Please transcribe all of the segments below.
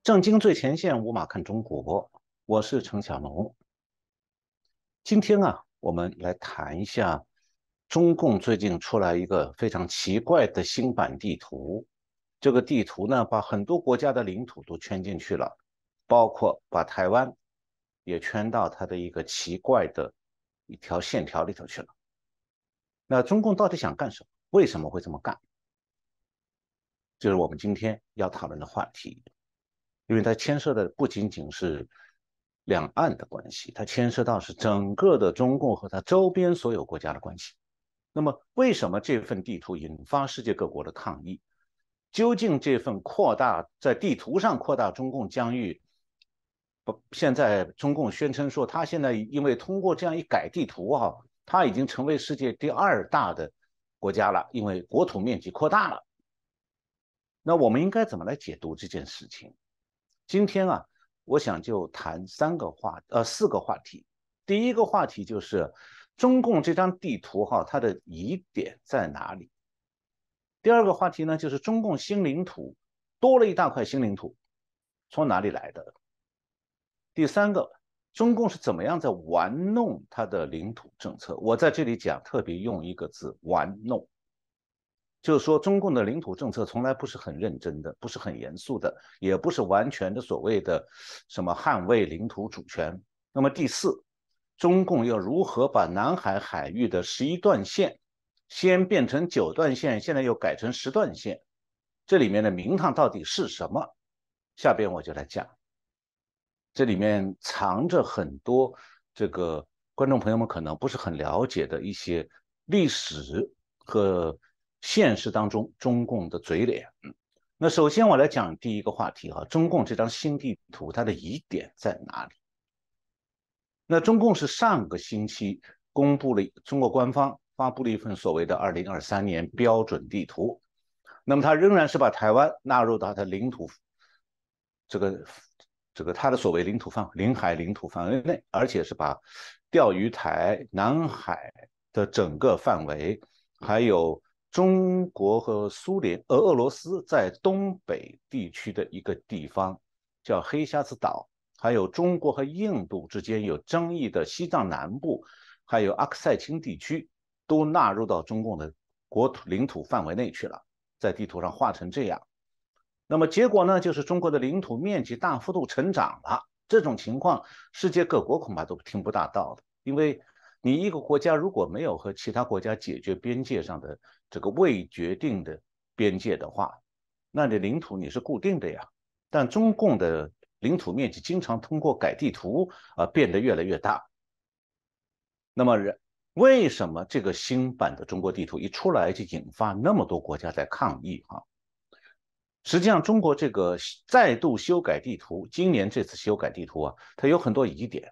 正经最前线，无马看中国，我是陈小龙。今天啊，我们来谈一下中共最近出来一个非常奇怪的新版地图。这个地图呢，把很多国家的领土都圈进去了，包括把台湾也圈到它的一个奇怪的一条线条里头去了。那中共到底想干什么？为什么会这么干？就是我们今天要讨论的话题。因为它牵涉的不仅仅是两岸的关系，它牵涉到是整个的中共和它周边所有国家的关系。那么，为什么这份地图引发世界各国的抗议？究竟这份在地图上扩大中共疆域，现在中共宣称说，他现在因为通过这样一改地图啊，他已经成为世界第二大的国家了，因为国土面积扩大了。那我们应该怎么来解读这件事情？今天啊，我想就谈四个话题。第一个话题就是中共这张地图哈，它的疑点在哪里？第二个话题呢，就是中共新领土多了一大块新领土，从哪里来的？第三个，中共是怎么样在玩弄它的领土政策？我在这里讲，特别用一个字：玩弄。就是说，中共的领土政策从来不是很认真的，不是很严肃的，也不是完全的所谓的什么捍卫领土主权。那么第四，中共要如何把南海海域的11段线先变成9段线，现在又改成10段线，这里面的名堂到底是什么？下边我就来讲，这里面藏着很多这个观众朋友们可能不是很了解的一些历史和现实当中中共的嘴脸。那首先我来讲第一个话题哈，中共这张新地图它的疑点在哪里？那中共是上个星期公布了，中国官方发布了一份所谓的2023年标准地图，那么它仍然是把台湾纳入到它领土这个它的所谓领海领土范围内，而且是把钓鱼台、南海的整个范围，还有中国和俄罗斯在东北地区的一个地方叫黑瞎子岛，还有中国和印度之间有争议的西藏南部，还有阿克塞钦地区，都纳入到中共的领土范围内去了，在地图上画成这样。那么结果呢，就是中国的领土面积大幅度成长了。这种情况，世界各国恐怕都听不大到的，因为你一个国家如果没有和其他国家解决边界上的这个未决定的边界的话，那你领土你是固定的呀。但中共的领土面积经常通过改地图变得越来越大。那么为什么这个新版的中国地图一出来就引发那么多国家在抗议啊？实际上，中国这个再度修改地图，今年这次修改地图啊，它有很多疑点。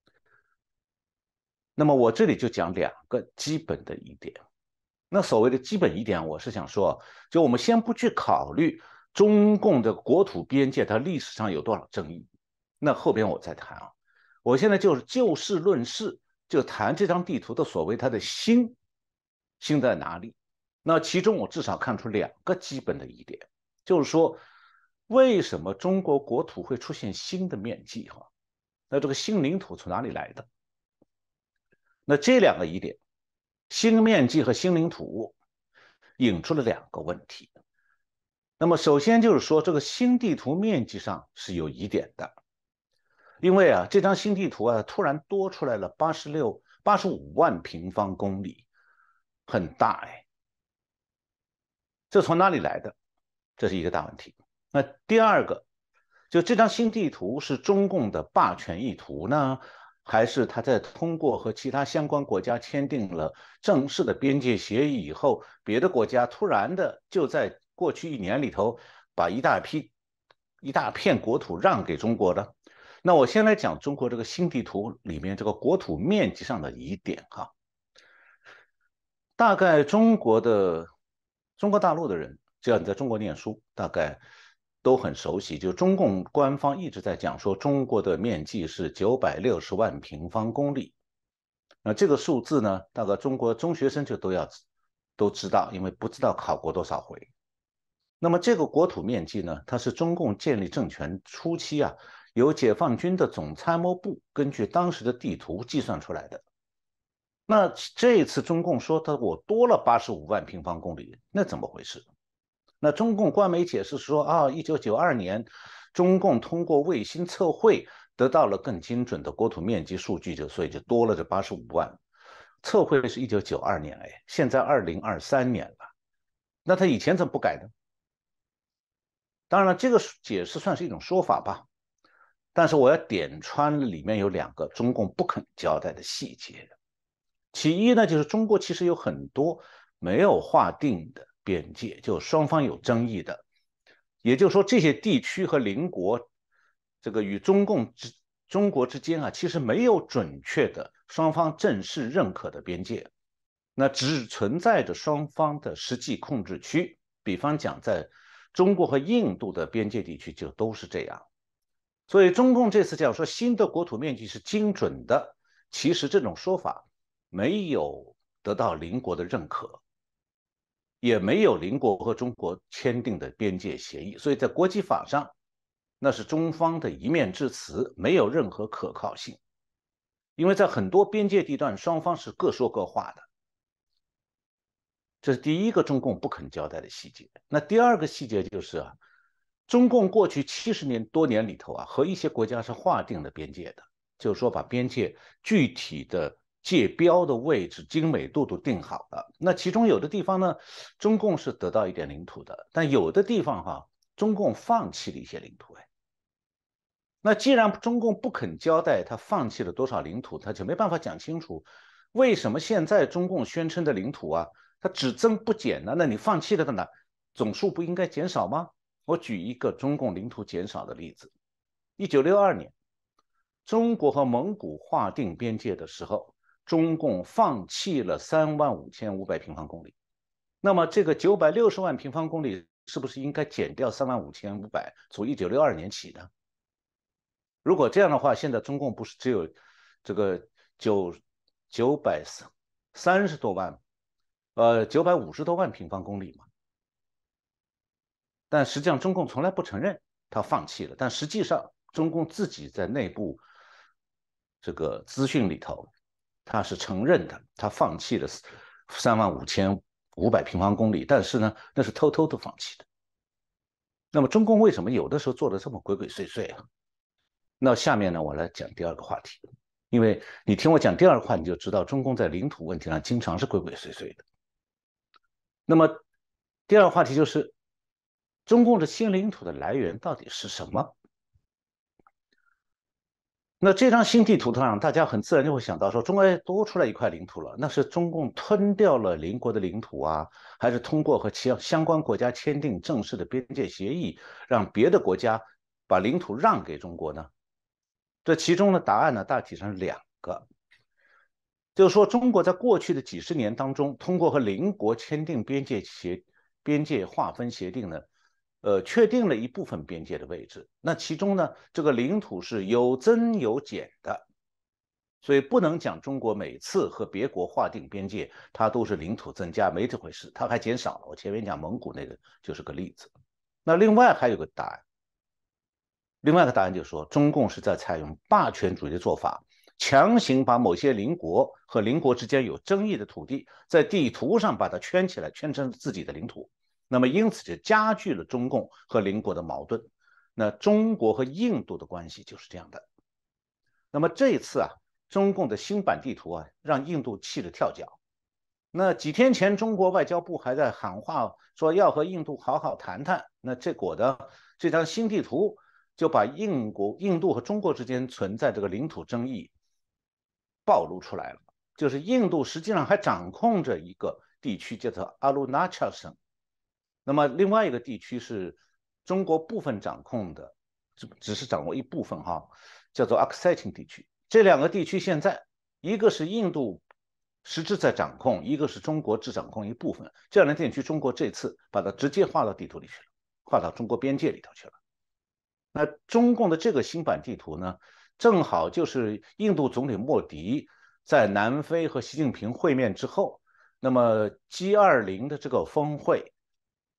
那么我这里就讲两个基本的疑点。那所谓的基本疑点，我是想说，就我们先不去考虑中共的国土边界它历史上有多少争议，那后边我再谈啊。我现在就是就事论事，就谈这张地图的所谓它的新在哪里。那其中我至少看出两个基本的疑点。就是说，为什么中国国土会出现新的面积？哈，那这个新领土从哪里来的？那这两个疑点，新面积和新领土，引出了两个问题。那么首先就是说，这个新地图面积上是有疑点的，因为啊，这张新地图啊，突然多出来了85万平方公里，很大哎，这从哪里来的？这是一个大问题。那第二个，就这张新地图是中共的霸权意图呢，还是他在通过和其他相关国家签订了正式的边界协议以后，别的国家突然的就在过去1年里头把一大片国土让给中国的？那我先来讲中国这个新地图里面这个国土面积上的疑点哈。大概中国大陆的人，只要你在中国念书，大概都很熟悉。就中共官方一直在讲说，中国的面积是960万平方公里。那这个数字呢，大概中国中学生就都知道，因为不知道考过多少回。 那么这个国土面积呢，它是中共建立政权初期啊，由解放军的总参谋部根据当时的地图计算出来的。那这一次中共说我多了85万平方公里，那怎么回事？那中共官媒解释说啊，1992年中共通过卫星测绘得到了更精准的国土面积数据，所以就多了这85万。测绘是1992年，哎，现在2023年了，那他以前怎么不改呢？当然了，这个解释算是一种说法吧，但是我要点穿里面有2个中共不肯交代的细节。其一呢，就是中国其实有很多没有划定的边界，就双方有争议的。也就是说，这些地区和邻国，这个与中国之间啊，其实没有准确的双方正式认可的边界，那只存在着双方的实际控制区。比方讲，在中国和印度的边界地区就都是这样。所以中共这次讲说新的国土面积是精准的，其实这种说法没有得到邻国的认可，也没有邻国和中国签订的边界协议，所以在国际法上，那是中方的一面之词，没有任何可靠性。因为在很多边界地段，双方是各说各话的。这是第一个中共不肯交代的细节。那第二个细节就是啊，中共过去70多年里头啊，和一些国家是划定了边界的，就是说把边界具体的界标的位置、精美度都定好了。那其中有的地方呢，中共是得到一点领土的，但有的地方哈，中共放弃了一些领土。哎，那既然中共不肯交代他放弃了多少领土，他就没办法讲清楚为什么现在中共宣称的领土啊，它只增不减呢？那你放弃了的呢，总数不应该减少吗？我举一个中共领土减少的例子：1962年，中国和蒙古划定边界的时候，中共放弃了35500平方公里。那么这个960万平方公里是不是应该减掉35500？从1962年起呢？如果这样的话，现在中共不是只有这个930多万，950多万平方公里吗？但实际上中共从来不承认他放弃了，但实际上中共自己在内部这个资讯里头，他是承认的，他放弃了35500平方公里，但是呢，那是偷偷的放弃的。那么中共为什么有的时候做的这么鬼鬼祟祟啊？那下面呢，我来讲第二个话题，因为你听我讲第二个话，你就知道中共在领土问题上经常是鬼鬼祟祟的。那么第二个话题就是中共的新领土的来源到底是什么？那这张新地图上，大家很自然就会想到说，中国多出来一块领土了，那是中共吞掉了邻国的领土啊，还是通过和其相关国家签订正式的边界协议，让别的国家把领土让给中国呢？这其中的答案呢，大体上是2个。就是说，中国在过去的几十年当中，通过和邻国签订边界划分协定呢，确定了一部分边界的位置。那其中呢，这个领土是有增有减的，所以不能讲中国每次和别国划定边界，它都是领土增加，没这回事，它还减少了。我前面讲蒙古那个就是个例子。那另外还有个答案，另外一个答案就是说，中共是在采用霸权主义的做法。强行把某些邻国和邻国之间有争议的土地，在地图上把它圈起来，圈成自己的领土。那么因此就加剧了中共和邻国的矛盾。那中国和印度的关系就是这样的。那么这一次啊，中共的新版地图啊，让印度气得跳脚。那几天前，中国外交部还在喊话说要和印度好好谈谈。那结果呢，这张新地图就把印度和中国之间存在这个领土争议暴露出来了，就是印度实际上还掌控着一个地区，叫做阿鲁纳恰省。那么另外一个地区是中国部分掌控的，只是掌握一部分哈，叫做阿克塞钦地区。这2个地区现在一个是印度实质在掌控，一个是中国只掌控一部分。这2个地区，中国这次把它直接划到地图里去了，划到中国边界里头去了。那中共的这个新版地图呢，正好就是印度总理莫迪在南非和习近平会面之后，那么 G20的这个峰会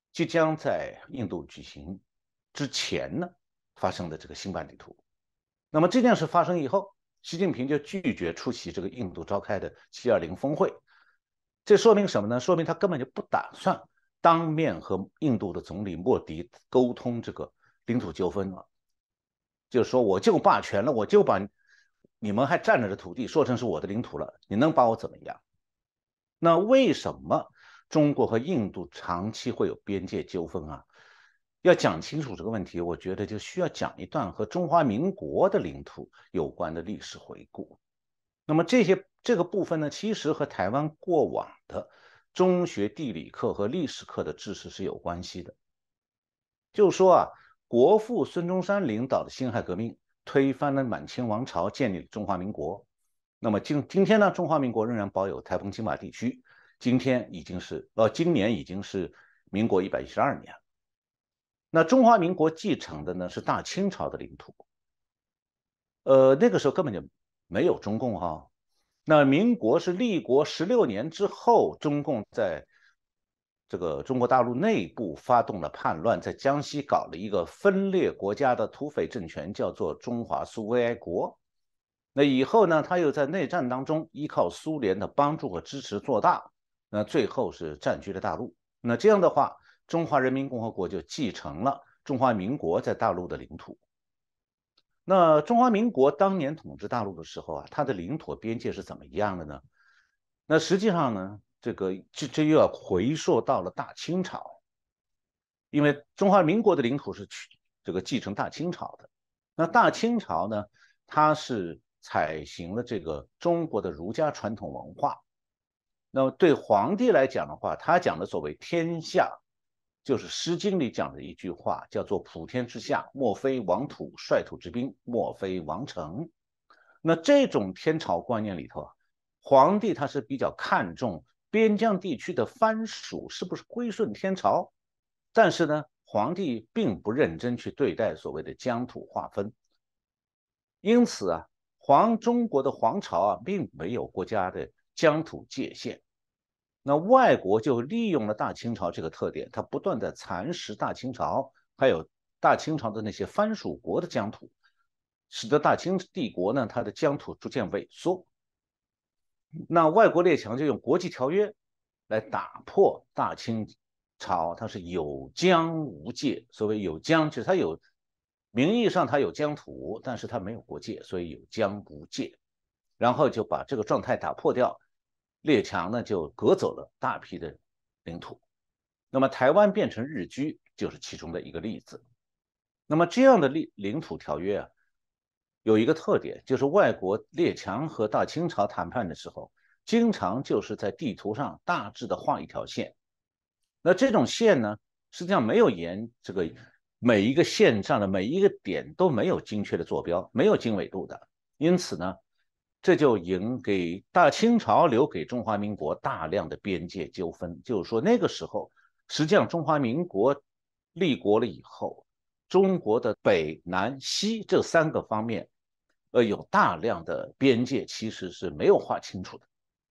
即将在印度举行之前呢发生的这个新版地图。那么这件事发生以后，习近平就拒绝出席这个印度召开的720峰会。这说明什么呢？说明他根本就不打算当面和印度的总理莫迪沟通这个领土纠纷了。就是说，我就霸权了，我就把你们还占着的土地说成是我的领土了，你能把我怎么样？那为什么中国和印度长期会有边界纠纷啊？要讲清楚这个问题，我觉得就需要讲一段和中华民国的领土有关的历史回顾。那么这个部分呢，其实和台湾过往的中学地理课和历史课的知识是有关系的。就是说啊，国父孙中山领导的辛亥革命推翻了满清王朝，建立了中华民国。那么今天呢，中华民国仍然保有台风金马地区。今年已经是民国112年。那中华民国继承的呢是大清朝的领土。那个时候根本就没有中共哈。那民国是立国16年之后，中共在这个中国大陆内部发动了叛乱，在江西搞了一个分裂国家的土匪政权，叫做中华苏维埃国。那以后呢，他又在内战当中依靠苏联的帮助和支持做大，那最后是占据了大陆。那这样的话，中华人民共和国就继承了中华民国在大陆的领土。那中华民国当年统治大陆的时候啊，它的领土边界是怎么样的呢？那实际上呢，这又要回溯到了大清朝，因为中华民国的领土是继承大清朝的。那大清朝呢，它是采行了这个中国的儒家传统文化。那么对皇帝来讲的话，他讲的所谓天下，就是《诗经》里讲的一句话，叫做“普天之下，莫非王土；率土之滨，莫非王城”。那这种天朝观念里头啊，皇帝他是比较看重边疆地区的藩属是不是归顺天朝，但是呢，皇帝并不认真去对待所谓的疆土划分。因此啊，中国的皇朝啊，并没有国家的疆土界限。那外国就利用了大清朝这个特点，它不断的蚕食大清朝，还有大清朝的那些藩属国的疆土，使得大清帝国呢，它的疆土逐渐萎缩。那外国列强就用国际条约来打破大清朝，它是有疆无界。所谓有疆，就是它有名义上它有疆土，但是它没有国界，所以有疆无界。然后就把这个状态打破掉，列强呢就割走了大批的领土。那么台湾变成日居就是其中的一个例子。那么这样的领土条约啊，有一个特点，就是外国列强和大清朝谈判的时候，经常就是在地图上大致的画一条线。那这种线呢，实际上没有这个每一个线上的每一个点都没有精确的坐标，没有经纬度的。因此呢，这就给大清朝留给中华民国大量的边界纠纷。就是说，那个时候，实际上中华民国立国了以后，中国的北南西这3个方面，有大量的边界其实是没有划清楚的。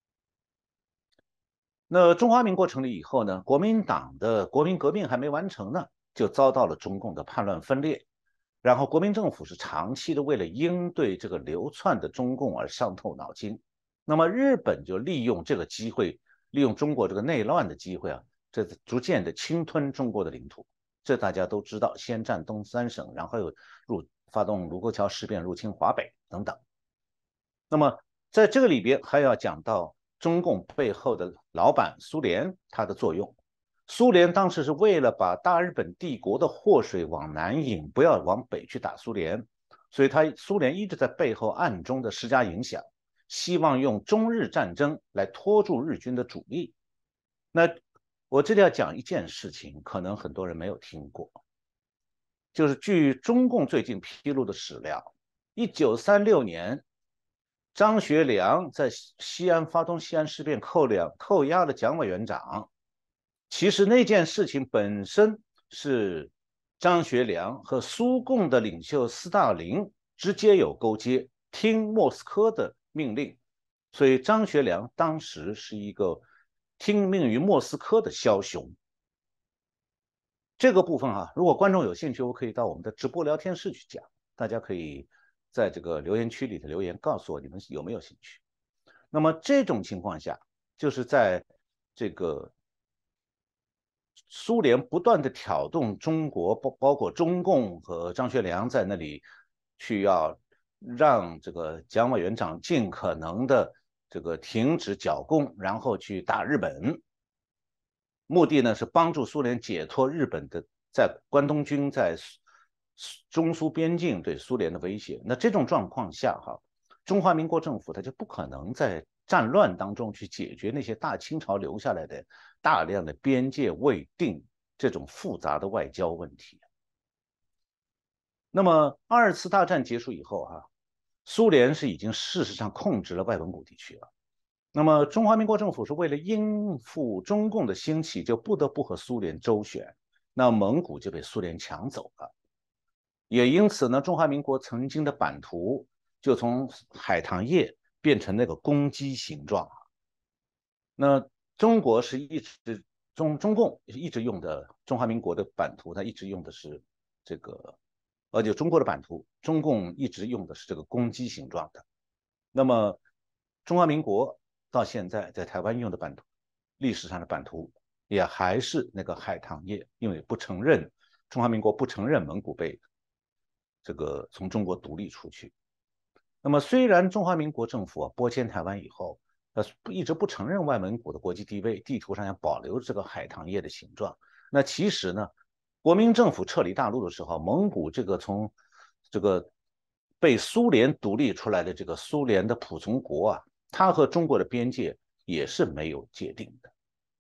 那中华民国成立以后呢，国民党的国民革命还没完成呢，就遭到了中共的叛乱分裂。然后国民政府是长期的为了应对这个流窜的中共而伤透脑筋。那么日本就利用这个机会，利用中国这个内乱的机会啊，这逐渐的侵吞中国的领土。这大家都知道，先占东3省，然后又发动卢沟桥事变，入侵华北等等。那么在这个里边还要讲到中共背后的老板苏联它的作用。苏联当时是为了把大日本帝国的祸水往南引，不要往北去打苏联，所以苏联一直在背后暗中的施加影响，希望用中日战争来拖住日军的主力。那我这里要讲一件事情，可能很多人没有听过，就是据中共最近披露的史料，1936年张学良在西安发动西安事变，扣押了蒋委员长。其实那件事情本身是张学良和苏共的领袖斯大林直接有勾结，听莫斯科的命令，所以张学良当时是一个听命于莫斯科的枭雄。 这个部分啊，如果观众有兴趣，我可以到我们的直播聊天室去讲，大家可以在这个留言区里的留言告诉我你们有没有兴趣。那么这种情况下，就是在这个苏联不断的挑动中国，包括中共和张学良在那里去要让这个蒋委员长尽可能的这个停止剿共，然后去打日本，目的呢是帮助苏联解脱日本的在关东军在中苏边境对苏联的威胁。那这种状况下，中华民国政府它就不可能在战乱当中去解决那些大清朝留下来的大量的边界未定这种复杂的外交问题。那么二次大战结束以后，苏联是已经事实上控制了外蒙古地区了。那么中华民国政府是为了应付中共的兴起，就不得不和苏联周旋，那蒙古就被苏联抢走了。也因此呢，中华民国曾经的版图就从海棠叶变成那个公鸡形状。那中国是一直中共一直用的中华民国的版图，它一直用的是这个，就中国的版图，中共一直用的是这个公鸡形状的。那么中华民国到现在在台湾用的版图，历史上的版图也还是那个海棠叶，因为不承认中华民国不承认蒙古被这个从中国独立出去。那么虽然中华民国政府拨迁台湾以后，一直不承认外蒙古的国际地位，地图上要保留这个海棠叶的形状。那其实呢，国民政府撤离大陆的时候，蒙古这个从这个被苏联独立出来的这个苏联的仆从国啊，它和中国的边界也是没有界定的，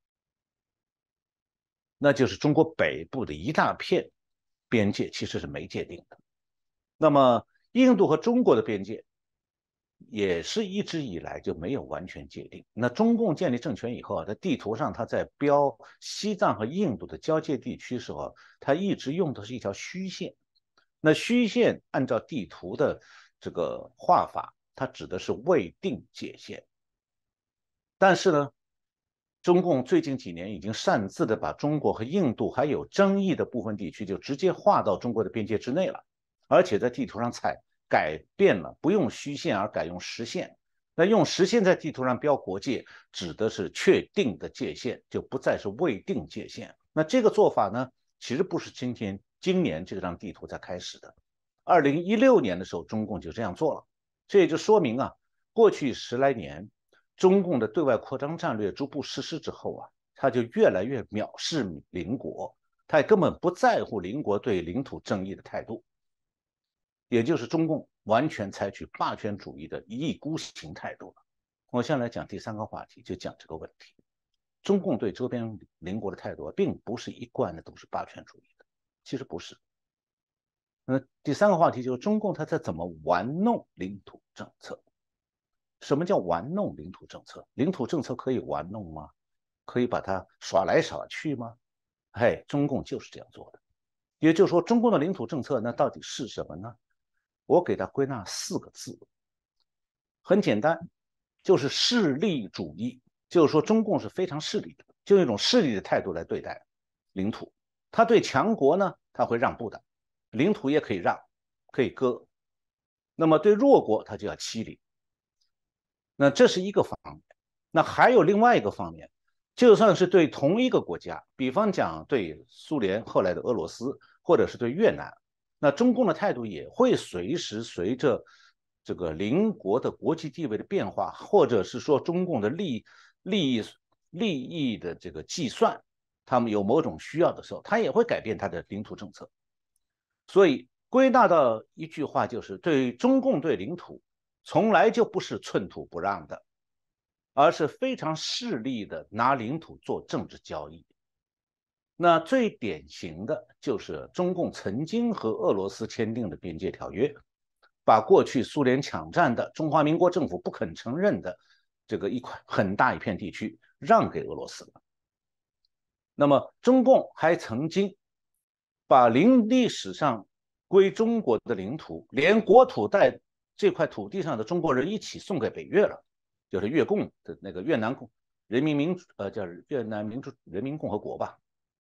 那就是中国北部的一大片边界其实是没界定的。那么印度和中国的边界也是一直以来就没有完全界定。那中共建立政权以后，在地图上它在标西藏和印度的交界地区时候，它一直用的是一条虚线。那虚线按照地图的这个画法，它指的是未定界限。但是呢，中共最近几年已经擅自的把中国和印度还有争议的部分地区就直接划到中国的边界之内了，而且在地图上改变了，不用虚线而改用实线。那用实线在地图上标国界，指的是确定的界限，就不再是未定界限。那这个做法呢，其实不是今年这张地图才开始的，2016年的时候，中共就这样做了。这也就说明过去10来年，中共的对外扩张战略逐步实施之后他就越来越藐视邻国，他也根本不在乎邻国对领土争议的态度。也就是中共完全采取霸权主义的一意孤行态度了。我现在来讲第3个话题，就讲这个问题。中共对周边邻国的态度并不是一贯的都是霸权主义的，其实不是。那第3个话题就是中共它在怎么玩弄领土政策？什么叫玩弄领土政策？领土政策可以玩弄吗？可以把它耍来耍去吗？中共就是这样做的。也就是说，中共的领土政策那到底是什么呢？我给它归纳4个字，很简单，就是势利主义。就是说，中共是非常势利的，就用一种势利的态度来对待领土。他对强国呢，他会让步的，领土也可以让，可以割。那么对弱国，他就要欺凌。那这是一个方面。那还有另外一个方面，就算是对同一个国家，比方讲对苏联后来的俄罗斯，或者是对越南，那中共的态度也会随着这个邻国的国际地位的变化，或者是说中共的利益的这个计算，他们有某种需要的时候，他也会改变他的领土政策。所以归纳到一句话，就是对中共对领土从来就不是寸土不让的，而是非常势利的拿领土做政治交易。那最典型的就是中共曾经和俄罗斯签订的边界条约，把过去苏联抢占的中华民国政府不肯承认的这个一块很大一片地区让给俄罗斯了。那么中共还曾经把历史上归中国的领土，连国土在这块土地上的中国人一起送给北越了，就是越共的那个越南人民民主叫越南民主人民共和国吧。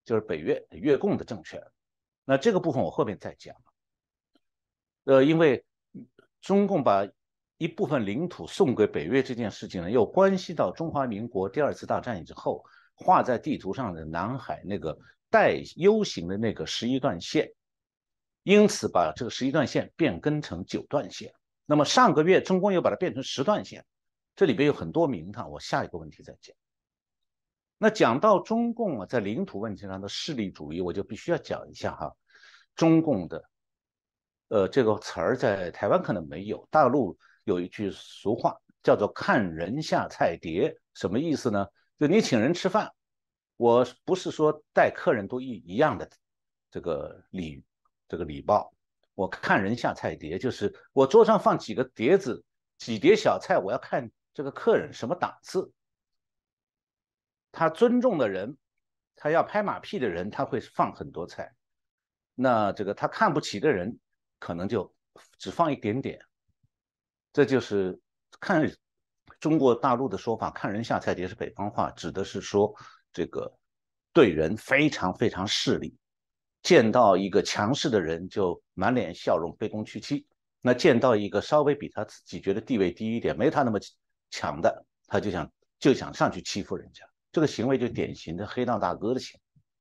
就是越共的政权。那这个部分我后面再讲。因为中共把一部分领土送给北越这件事情呢，又关系到中华民国第二次大战役之后画在地图上的南海那个带 U 型的那个11段线，因此把这个11段线变更成9段线。那么上个月中共又把它变成10段线，这里边有很多名堂，我下一个问题再讲。那讲到中共啊，在领土问题上的势力主义，我就必须要讲一下哈，中共的这个词儿在台湾可能没有，大陆有一句俗话叫做看人下菜碟，什么意思呢？就你请人吃饭，我不是说待客人都一样的这个礼貌，我看人下菜碟，就是我桌上放几个碟子，几碟小菜，我要看这个客人什么档次。他尊重的人，他要拍马屁的人，他会放很多菜。那这个他看不起的人，可能就只放一点点。这就是看中国大陆的说法，看人下菜碟是北方话，指的是说这个对人非常非常势利，见到一个强势的人就满脸笑容，卑躬屈膝。那见到一个稍微比他自己觉得地位低一点，没他那么强的，他就想上去欺负人家。这个行为就典型的黑道大哥的行为。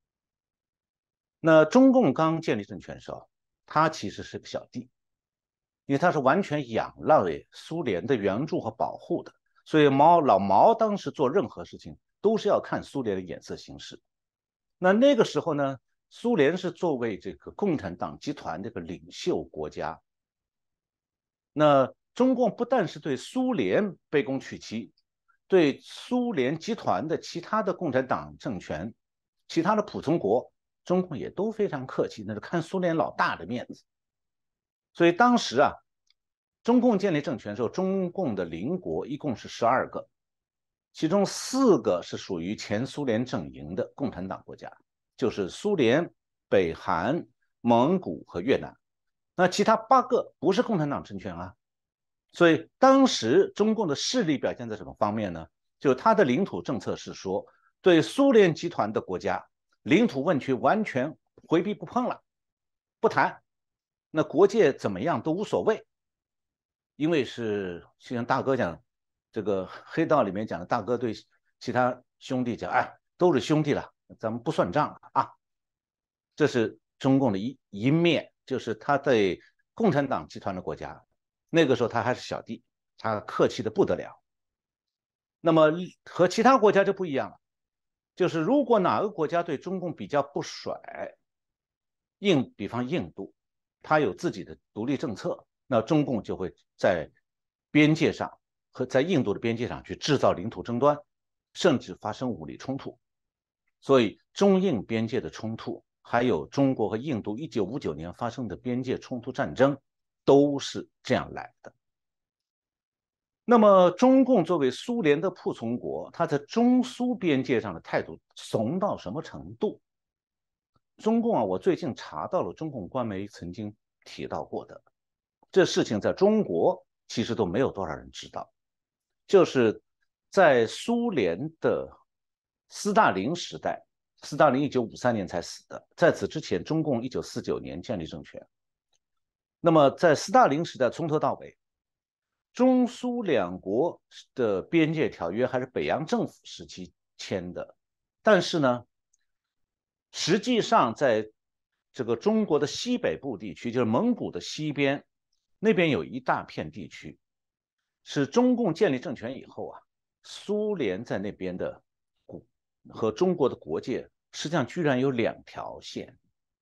那中共刚建立政权的时候，他其实是个小弟，因为他是完全仰赖苏联的援助和保护的，所以老毛当时做任何事情都是要看苏联的眼色行事。那个时候呢，苏联是作为这个共产党集团这个领袖国家，那中共不但是对苏联卑躬屈膝，对苏联集团的其他的共产党政权、其他的普通国，中共也都非常客气，那是看苏联老大的面子。所以当时啊，中共建立政权的时候，中共的邻国一共是12个，其中4个是属于前苏联阵营的共产党国家，就是苏联、北韩、蒙古和越南。那其他8个不是共产党政权啊。所以当时中共的势力表现在什么方面呢？就他的领土政策是说，对苏联集团的国家领土问题完全回避不碰了，不谈。那国界怎么样都无所谓，因为是就像大哥讲，这个黑道里面讲的大哥对其他兄弟讲，哎，都是兄弟了，咱们不算账啊。这是中共的一面，就是他对共产党集团的国家，那个时候他还是小弟，他客气的不得了。那么和其他国家就不一样了，就是如果哪个国家对中共比较不甩，比方印度，他有自己的独立政策，那中共就会在边界上和在印度的边界上去制造领土争端，甚至发生武力冲突。所以中印边界的冲突，还有中国和印度1959年发生的边界冲突战争，都是这样来的。那么中共作为苏联的仆从国，它在中苏边界上的态度怂到什么程度？中共啊，我最近查到了中共官媒曾经提到过的，这事情在中国其实都没有多少人知道，就是在苏联的斯大林时代，斯大林1953年才死的，在此之前，中共1949年建立政权。那么在斯大林时代，从头到尾，中苏两国的边界条约还是北洋政府时期签的，但是呢，实际上在这个中国的西北部地区，就是蒙古的西边，那边有一大片地区，是中共建立政权以后啊，苏联在那边的和中国的国界，实际上居然有2条线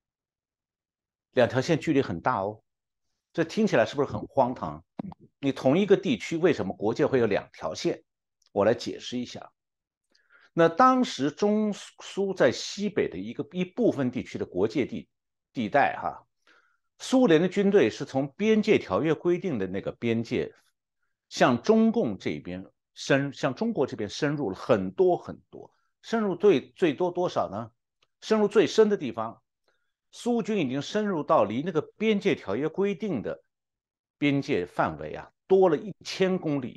，2条线距离很大哦。这听起来是不是很荒唐？你同一个地区为什么国界会有2条线？我来解释一下。那当时中苏在西北的一部分地区的国界地带哈，苏联的军队是从边界条约规定的那个边界，向中国这边深入了很多很多，深入最多多少呢？深入最深的地方，苏军已经深入到离那个边界条约规定的边界范围啊，多了1000公里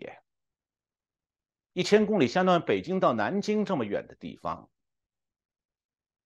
耶。1000公里相当于北京到南京这么远的地方，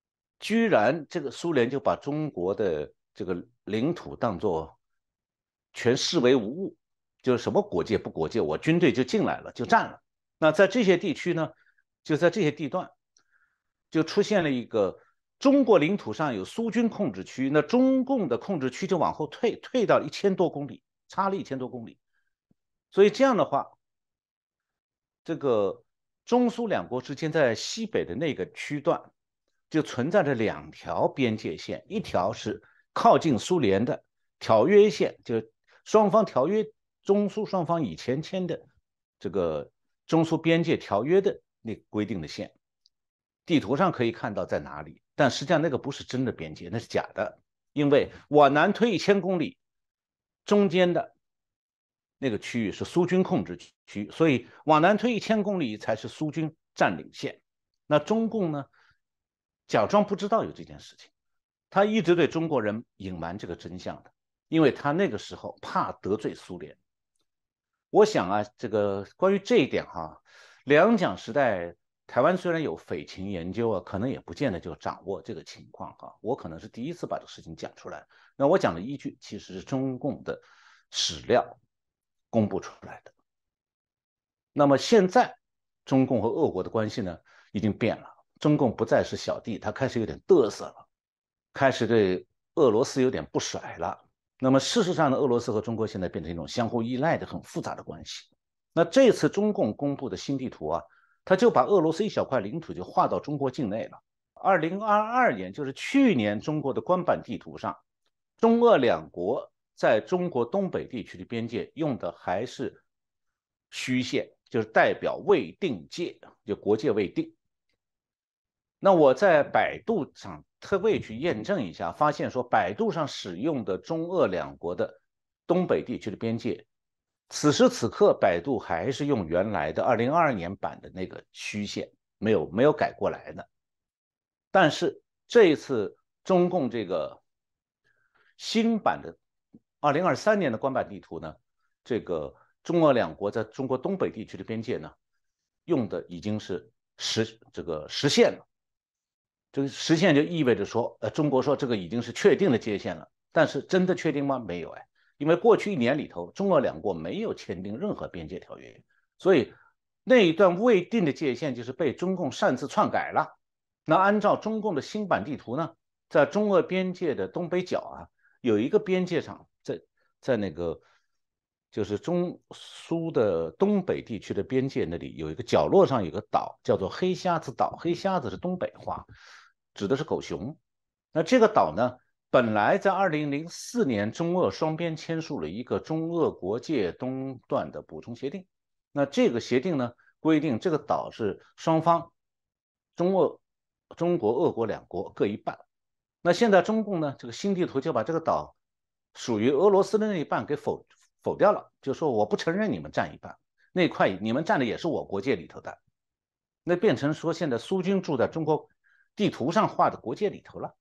居然这个苏联就把中国的这个领土当作全视为无物，就是什么国界不国界，我军队就进来了，就占了。那在这些地区呢，就在这些地段，就出现了一个中国领土上有苏军控制区，那中共的控制区就往后退，退到1000多公里，差了1000多公里。所以这样的话，这个中苏两国之间在西北的那个区段，就存在着两条边界线，一条是靠近苏联的条约线，就是双方条约中苏双方以前签的这个中苏边界条约的那规定的线，地图上可以看到在哪里，但实际上那个不是真的边界，那是假的，因为往南推1000公里，中间的那个区域是苏军控制区，所以往南推1000公里才是苏军占领线。那中共呢，假装不知道有这件事情，他一直对中国人隐瞒这个真相的，因为他那个时候怕得罪苏联。我想啊，这个关于这一点哈，两蒋时代台湾虽然有匪情研究啊，可能也不见得就掌握这个情况哈。我可能是第一次把这个事情讲出来，那我讲的依据其实是中共的史料公布出来的。那么现在中共和俄国的关系呢，已经变了，中共不再是小弟，他开始有点嘚瑟了，开始对俄罗斯有点不甩了。那么事实上呢，俄罗斯和中国现在变成一种相互依赖的很复杂的关系。那这次中共公布的新地图啊，他就把俄罗斯一小块领土就划到中国境内了。2022年，就是去年中国的官版地图上，中俄两国在中国东北地区的边界用的还是虚线，就是代表未定界，就国界未定。那我在百度上特为去验证一下，发现说百度上使用的中俄两国的东北地区的边界，此时此刻百度还是用原来的2022年版的那个虚线，没有改过来的。但是这一次中共这个新版的2023年的官版地图呢，这个中俄两国在中国东北地区的边界呢，用的已经是实现了。这个实现就意味着说，中国说这个已经是确定的界限了，但是真的确定吗？没有哎，因为过去1年里头，中俄两国没有签订任何边界条约，所以那一段未定的界限就是被中共擅自篡改了。那按照中共的新版地图呢，在中俄边界的东北角啊，有一个边界上，在那个就是中苏的东北地区的边界那里有一个角落上有个岛，叫做黑瞎子岛。黑瞎子是东北话，指的是狗熊。那这个岛呢，本来在2004年中俄双边签署了一个中俄国界东段的补充协定。那这个协定呢，规定这个岛是双方中国、俄国两国各一半。那现在中共呢，这个新地图就把这个岛属于俄罗斯的那一半给否掉了，就说我不承认你们占一半，那块你们占的也是我国界里头的。那变成说现在苏军住在中国地图上画的国界里头了。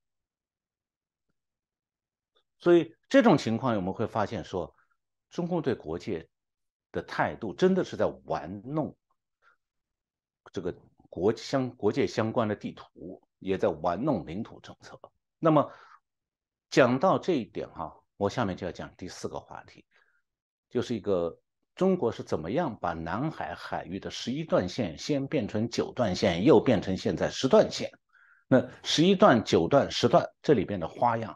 所以这种情况我们会发现说，中共对国界的态度真的是在玩弄这个国界相关的地图，也在玩弄领土政策。那么讲到这一点哈，我下面就要讲第4个话题，就是一个中国是怎么样把南海海域的11段线先变成9段线，又变成现在10段线。那11段、9段、10段这里边的花样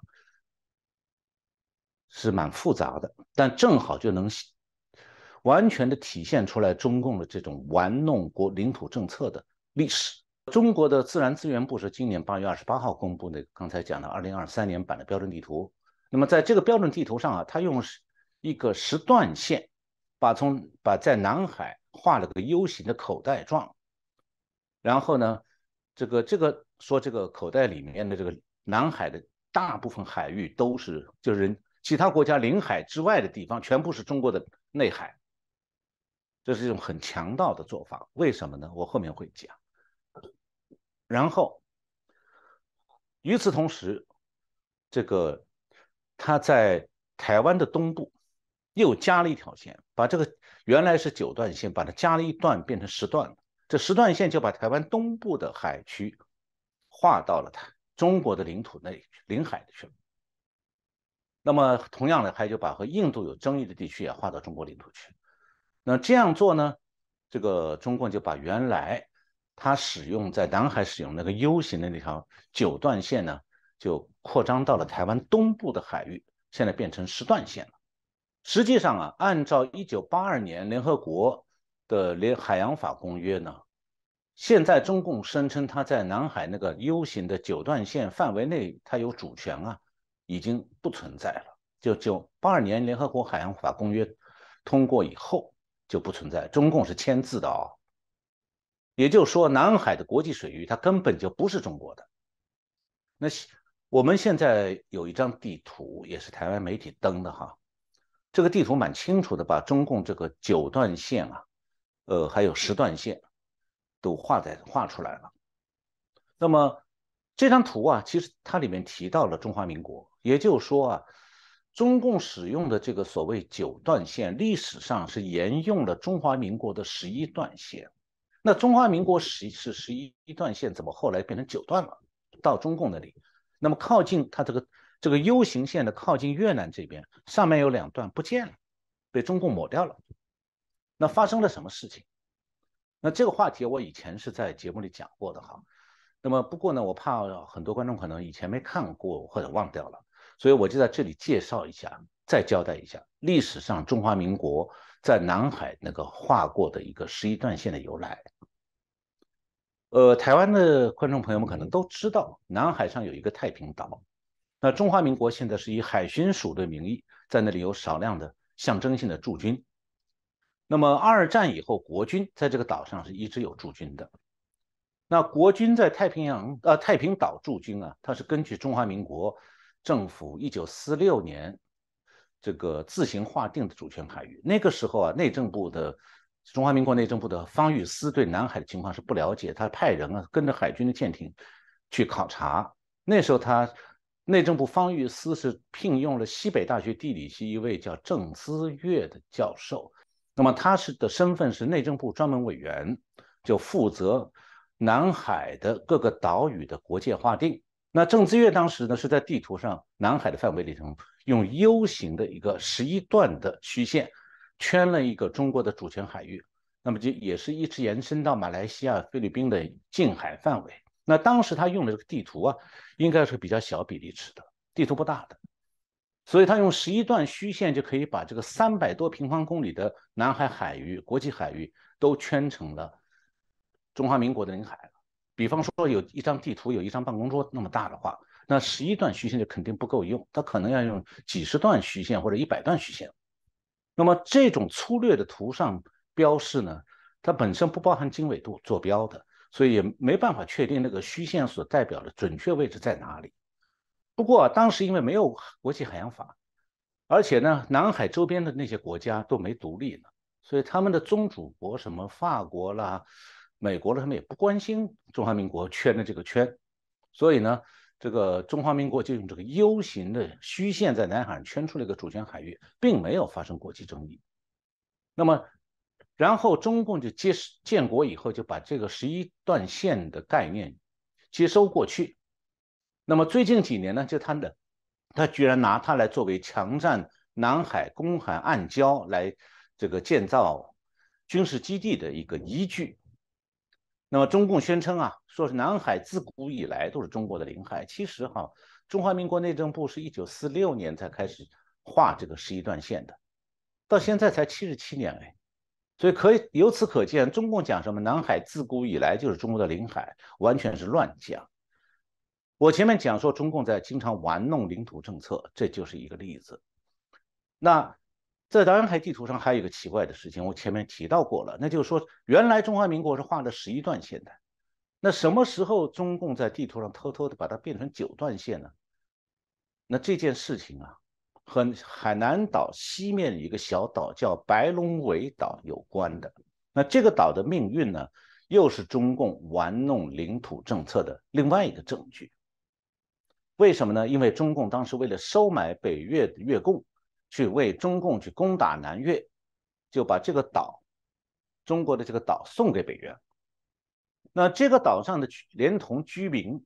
是蛮复杂的，但正好就能完全的体现出来中共的这种玩弄领土政策的历史。中国的自然资源部是今年8月28号公布的，刚才讲的2023年版的标准地图。那么在这个标准地图上啊，它用一个10段线，把在南海画了个 U 型的口袋状。然后呢，这个说这个口袋里面的这个南海的大部分海域都是就是其他国家领海之外的地方，全部是中国的内海。这是一种很强盗的做法，为什么呢？我后面会讲。然后与此同时，这个他在台湾的东部又加了一条线，把这个原来是9段线，把它加了一段变成10段了。这10段线就把台湾东部的海区划到了中国的领土内领海去了。那么同样的，还就把和印度有争议的地区也划到中国领土去。那这样做呢，这个中共就把原来它使用在南海使用那个 U 型的那条9段线呢，就扩张到了台湾东部的海域，现在变成10段线了。实际上啊，按照1982年联合国的海洋法公约呢，现在中共声称它在南海那个 U 型的9段线范围内，它有主权啊，已经不存在了。就1982年联合国海洋法公约通过以后就不存在，中共是签字的哦。也就是说，南海的国际水域它根本就不是中国的。那我们现在有一张地图，也是台湾媒体登的哈，这个地图蛮清楚的，把中共这个9段线啊，还有10段线都画出来了。那么这张图啊，其实它里面提到了中华民国，也就是说啊，中共使用的这个所谓9段线，历史上是沿用了中华民国的11段线。那中华民国是11段线，怎么后来变成9段了？到中共那里，那么靠近它这个 U 型线的靠近越南这边，上面有2段不见了，被中共抹掉了。那发生了什么事情？那这个话题我以前是在节目里讲过的哈。那么不过呢，我怕很多观众可能以前没看过或者忘掉了，所以我就在这里介绍一下，再交代一下历史上中华民国在南海那个划过的一个11段线的由来。台湾的观众朋友们可能都知道，南海上有一个太平岛。那中华民国现在是以海巡署的名义，在那里有少量的象征性的驻军。那么二战以后，国军在这个岛上是一直有驻军的。那国军在太平岛驻军啊，它是根据中华民国政府1946年这个自行划定的主权海域。那个时候啊，中华民国内政部的方玉思对南海的情况是不了解，他派人啊跟着海军的舰艇去考察。那时候内政部方玉思是聘用了西北大学地理系一位叫郑思岳的教授，那么他的身份是内政部专门委员，就负责南海的各个岛屿的国界划定。那郑思岳当时呢是在地图上南海的范围里头用 U 型的一个11段的虚线圈了一个中国的主权海域，那么就也是一直延伸到马来西亚、菲律宾的近海范围。那当时他用的这个地图啊，应该是比较小比例尺的，地图不大的，所以他用11段虚线就可以把这个300多平方公里的南海海域、国际海域都圈成了中华民国的领海了。比方说有一张地图有一张办公桌那么大的话，那11段虚线就肯定不够用，它可能要用几十段虚线或者100段虚线。那么这种粗略的图上标示呢，它本身不包含经纬度坐标的，所以也没办法确定那个虚线所代表的准确位置在哪里。不过当时因为没有国际海洋法，而且呢，南海周边的那些国家都没独立呢，所以他们的宗主国什么法国啦、美国啦，他们也不关心中华民国圈的这个圈，所以呢，这个中华民国就用这个 U 型的虚线在南海上圈出了一个主权海域，并没有发生国际争议。那么，然后中共就建国以后就把这个11段线的概念接收过去。那么最近几年呢，他居然拿它来作为强占南海、公海暗礁来这个建造军事基地的一个依据。那么中共宣称啊，说是南海自古以来都是中国的领海。其实哈，中华民国内政部是1946年才开始画这个11段线的，到现在才77年哎。所以由此可见，中共讲什么南海自古以来就是中国的领海，完全是乱讲。我前面讲说中共在经常玩弄领土政策，这就是一个例子。那在南海地图上还有一个奇怪的事情，我前面提到过了，那就是说原来中华民国是画了11段线的，那什么时候中共在地图上偷偷的把它变成9段线呢？那这件事情啊，和海南岛西面一个小岛叫白龙尾岛有关的。那这个岛的命运呢，又是中共玩弄领土政策的另外一个证据。为什么呢？因为中共当时为了收买北越的越共，去为中共去攻打南越，就把这个岛，中国的这个岛送给北越。那这个岛上的连同居民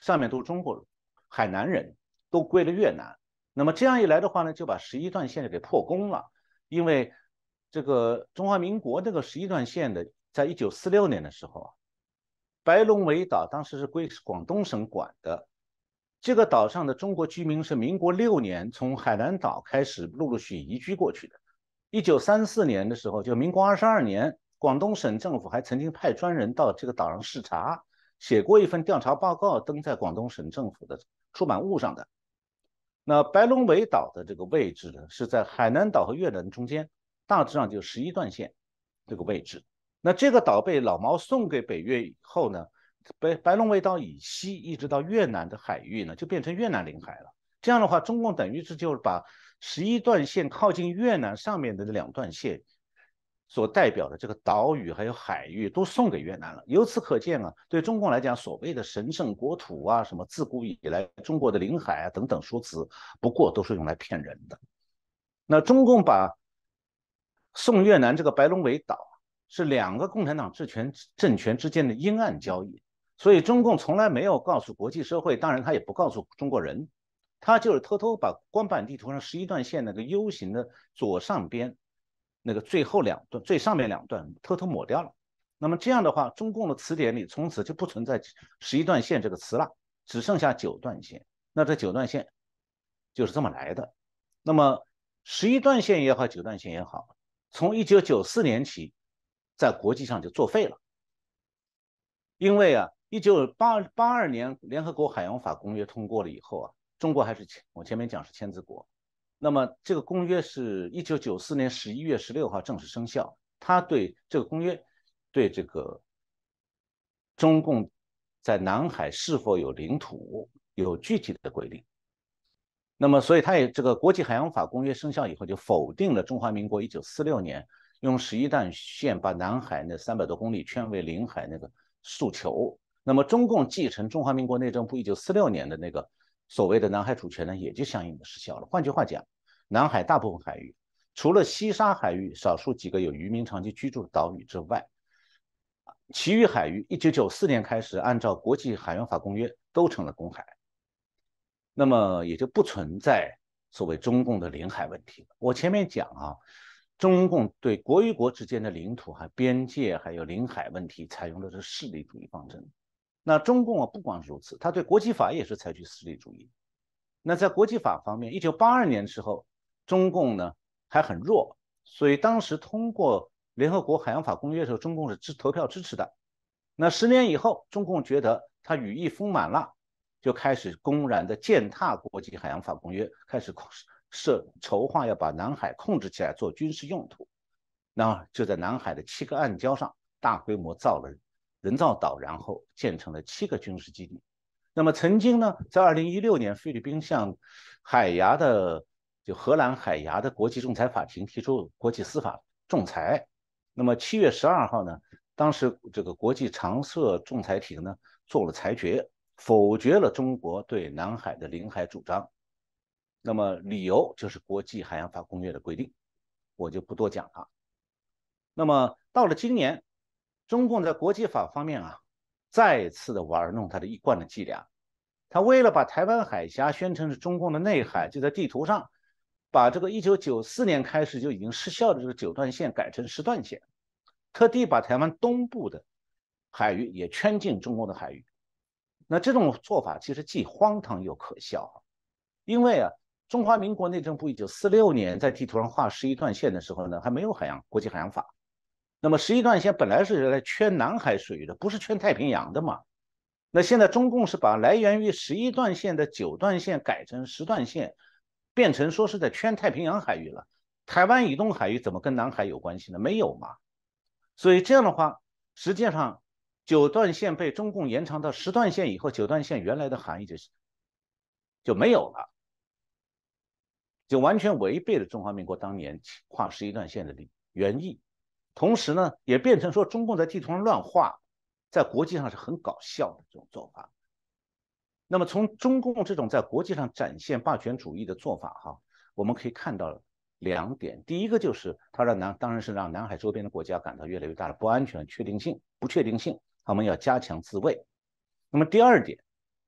上面都是中国人，海南人都归了越南。那么这样一来的话呢，就把11段线给破功了。因为这个中华民国这个11段线的，在1946年的时候啊，白龙尾岛当时是归广东省管的。这个岛上的中国居民是民国6年从海南岛开始陆陆续移居过去的。1934年的时候，就民国22年，广东省政府还曾经派专人到这个岛上视察，写过一份调查报告，登在广东省政府的出版物上的。那白龙尾岛的这个位置呢，是在海南岛和越南中间，大致上就11段线这个位置。那这个岛被老毛送给北越以后呢，白龙尾岛以西一直到越南的海域呢，就变成越南领海了。这样的话，中共等于是就是把11段线靠近越南上面的这2段线所代表的这个岛屿还有海域都送给越南了。由此可见啊，对中共来讲，所谓的神圣国土啊，什么自古以来中国的领海啊等等说辞，不过都是用来骗人的。那中共把送越南这个白龙尾岛是2个共产党政权之间的阴暗交易，所以中共从来没有告诉国际社会，当然他也不告诉中国人，他就是偷偷把光版地图上11段线那个 U 型的左上边那个最后2段、最上面2段偷偷抹掉了。那么这样的话，中共的词典里从此就不存在11段线这个词了，只剩下9段线。那这9段线就是这么来的。那么11段线也好，9段线也好，从1994年起，在国际上就作废了。因为啊，1982年联合国海洋法公约通过了以后啊，中国还是我前面讲是签字国。那么这个公约是1994年11月16号正式生效，它对这个公约对这个中共在南海是否有领土有具体的规定。那么，所以它也这个国际海洋法公约生效以后，就否定了中华民国1946年用11段线把南海那300多公里圈为领海那个诉求。那么，中共继承中华民国内政部1946年的那个所谓的南海主权呢，也就相应的失效了。换句话讲，南海大部分海域，除了西沙海域少数几个有渔民长期居住的岛屿之外，其余海域1994年开始按照国际海洋法公约都成了公海。那么也就不存在所谓中共的领海问题了。我前面讲啊，中共对国与国之间的领土、边界还有领海问题采用的是势力主义方针。那中共啊，不光是如此，他对国际法也是采取势力主义。那在国际法方面，1982年的时候，中共呢还很弱，所以当时通过联合国海洋法公约的时候，中共是投票支持的。那10年以后，中共觉得他羽翼丰满了，就开始公然的践踏国际海洋法公约，开始筹划要把南海控制起来做军事用途。那就在南海的7个暗礁上大规模造了人造岛，然后建成了7个军事基地。那么曾经呢，在2016年，菲律宾向海牙的就荷兰海牙的国际仲裁法庭提出国际司法仲裁。那么7月12号呢，当时这个国际常设仲裁庭呢做了裁决，否决了中国对南海的领海主张。那么理由就是国际海洋法公约的规定，我就不多讲了。那么到了今年，中共在国际法方面啊，再次的玩弄他的一贯的伎俩。他为了把台湾海峡宣称是中共的内海，就在地图上把这个1994年开始就已经失效的这个9段线改成10段线，特地把台湾东部的海域也圈进中共的海域。那这种做法其实既荒唐又可笑，因为啊，中华民国内政部1946年在地图上画11段线的时候呢，还没有国际海洋法。那么11段线本来是来圈南海水域的，不是圈太平洋的嘛。那现在中共是把来源于11段线的9段线改成10段线，变成说是在圈太平洋海域了。台湾以东海域怎么跟南海有关系呢？没有嘛。所以这样的话，实际上9段线被中共延长到10段线以后，9段线原来的含义就没有了，就完全违背了中华民国当年画11段线的原意。同时呢，也变成说中共在地图上乱画，在国际上是很搞笑的这种做法。那么从中共这种在国际上展现霸权主义的做法我们可以看到2点。第一个就是它当然是让南海周边的国家感到越来越大的不安全、不确定性，他们要加强自卫。那么第二点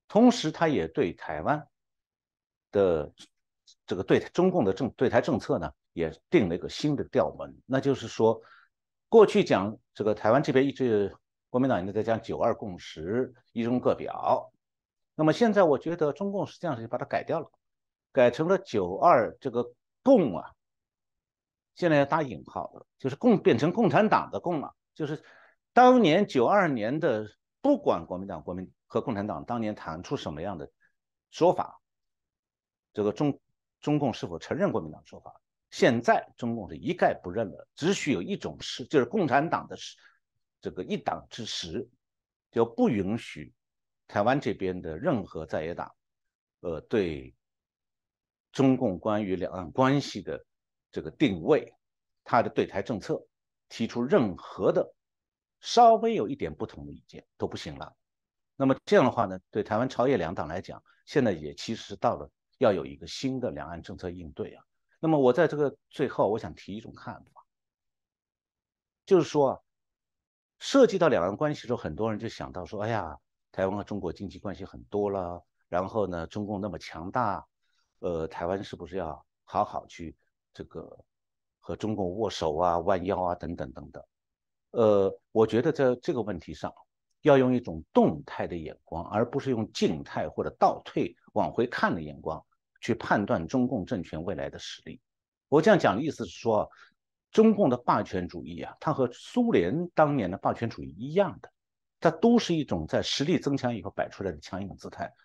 同时他也对台湾的这个对中共的对台政策呢，也定了一个新的调门，那就是说，过去讲这个台湾这边一直国民党一直在讲9·2共识、一中各表，那么现在我觉得中共实际上是把它改掉了，改成了9·2这个共啊，现在要打引号的，就是变成共产党的共了，就是当年92年的，不管国民党、和共产党当年谈出什么样的说法，这个中共是否承认国民党说法？现在中共是一概不认了，只许有一种是，就是共产党的这个一党之实，就不允许台湾这边的任何在野党，对中共关于两岸关系的这个定位，他的对台政策提出任何的稍微有一点不同的意见都不行了。那么这样的话呢，对台湾朝野两党来讲，现在也其实到了要有一个新的两岸政策应对啊。那么我在这个最后，我想提一种看法，就是说，涉及到两岸关系的时候，很多人就想到说，哎呀，台湾和中国经济关系很多了，然后呢，中共那么强大，台湾是不是要好好去这个和中共握手啊、弯腰啊等等等等？我觉得在这个问题上，要用一种动态的眼光，而不是用静态或者倒退往回看的眼光去判断中共政权未来的实力。我这样讲的意思是说，中共的霸权主义啊，它和苏联当年的霸权主义一样的，它都是一种在实力增强以后摆出来的强硬姿态。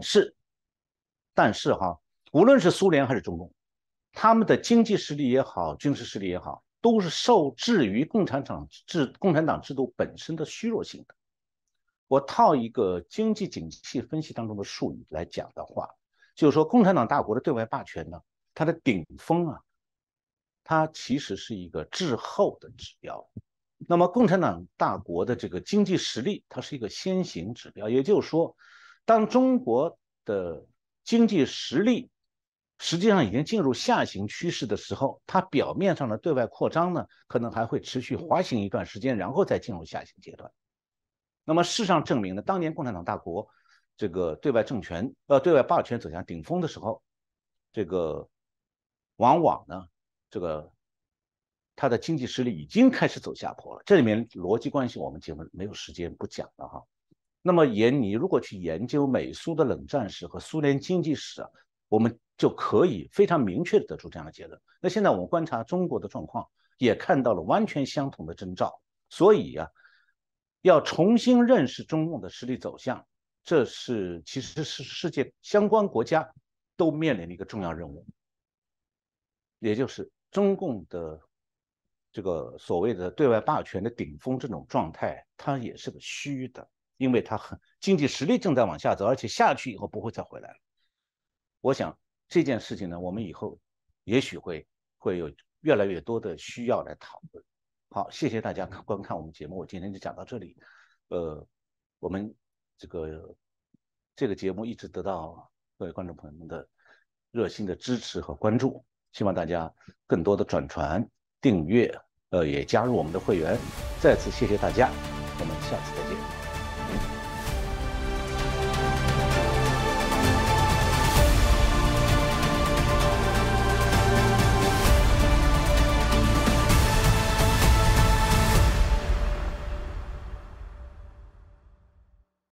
但是哈，无论是苏联还是中共，他们的经济实力也好，军事实力也好，都是受制于共产党制度本身的虚弱性的。我套一个经济景气分析当中的术语来讲的话，就是说共产党大国的对外霸权呢，它的顶峰啊，它其实是一个滞后的指标。那么共产党大国的这个经济实力，它是一个先行指标。也就是说，当中国的经济实力实际上已经进入下行趋势的时候，它表面上的对外扩张呢，可能还会持续滑行一段时间，然后再进入下行阶段。那么事实上证明呢，当年共产党大国这个对外对外霸权走向顶峰的时候，这个往往呢，这个它的经济实力已经开始走下坡了。这里面逻辑关系我们节目没有时间不讲了哈。那么你如果去研究美苏的冷战史和苏联经济史啊，我们就可以非常明确的得出这样的结论。那现在我们观察中国的状况，也看到了完全相同的征兆。所以啊，要重新认识中共的实力走向，这其实是世界相关国家都面临的一个重要任务，也就是中共的这个所谓的对外霸权的顶峰这种状态，它也是个虚的，因为它经济实力正在往下走，而且下去以后不会再回来了。我想这件事情呢，我们以后也许会有越来越多的需要来讨论。好，谢谢大家观看我们节目，我今天就讲到这里。我们这个节目一直得到各位观众朋友们的热心的支持和关注，希望大家更多的转传、订阅，也加入我们的会员。再次谢谢大家，我们下次再见。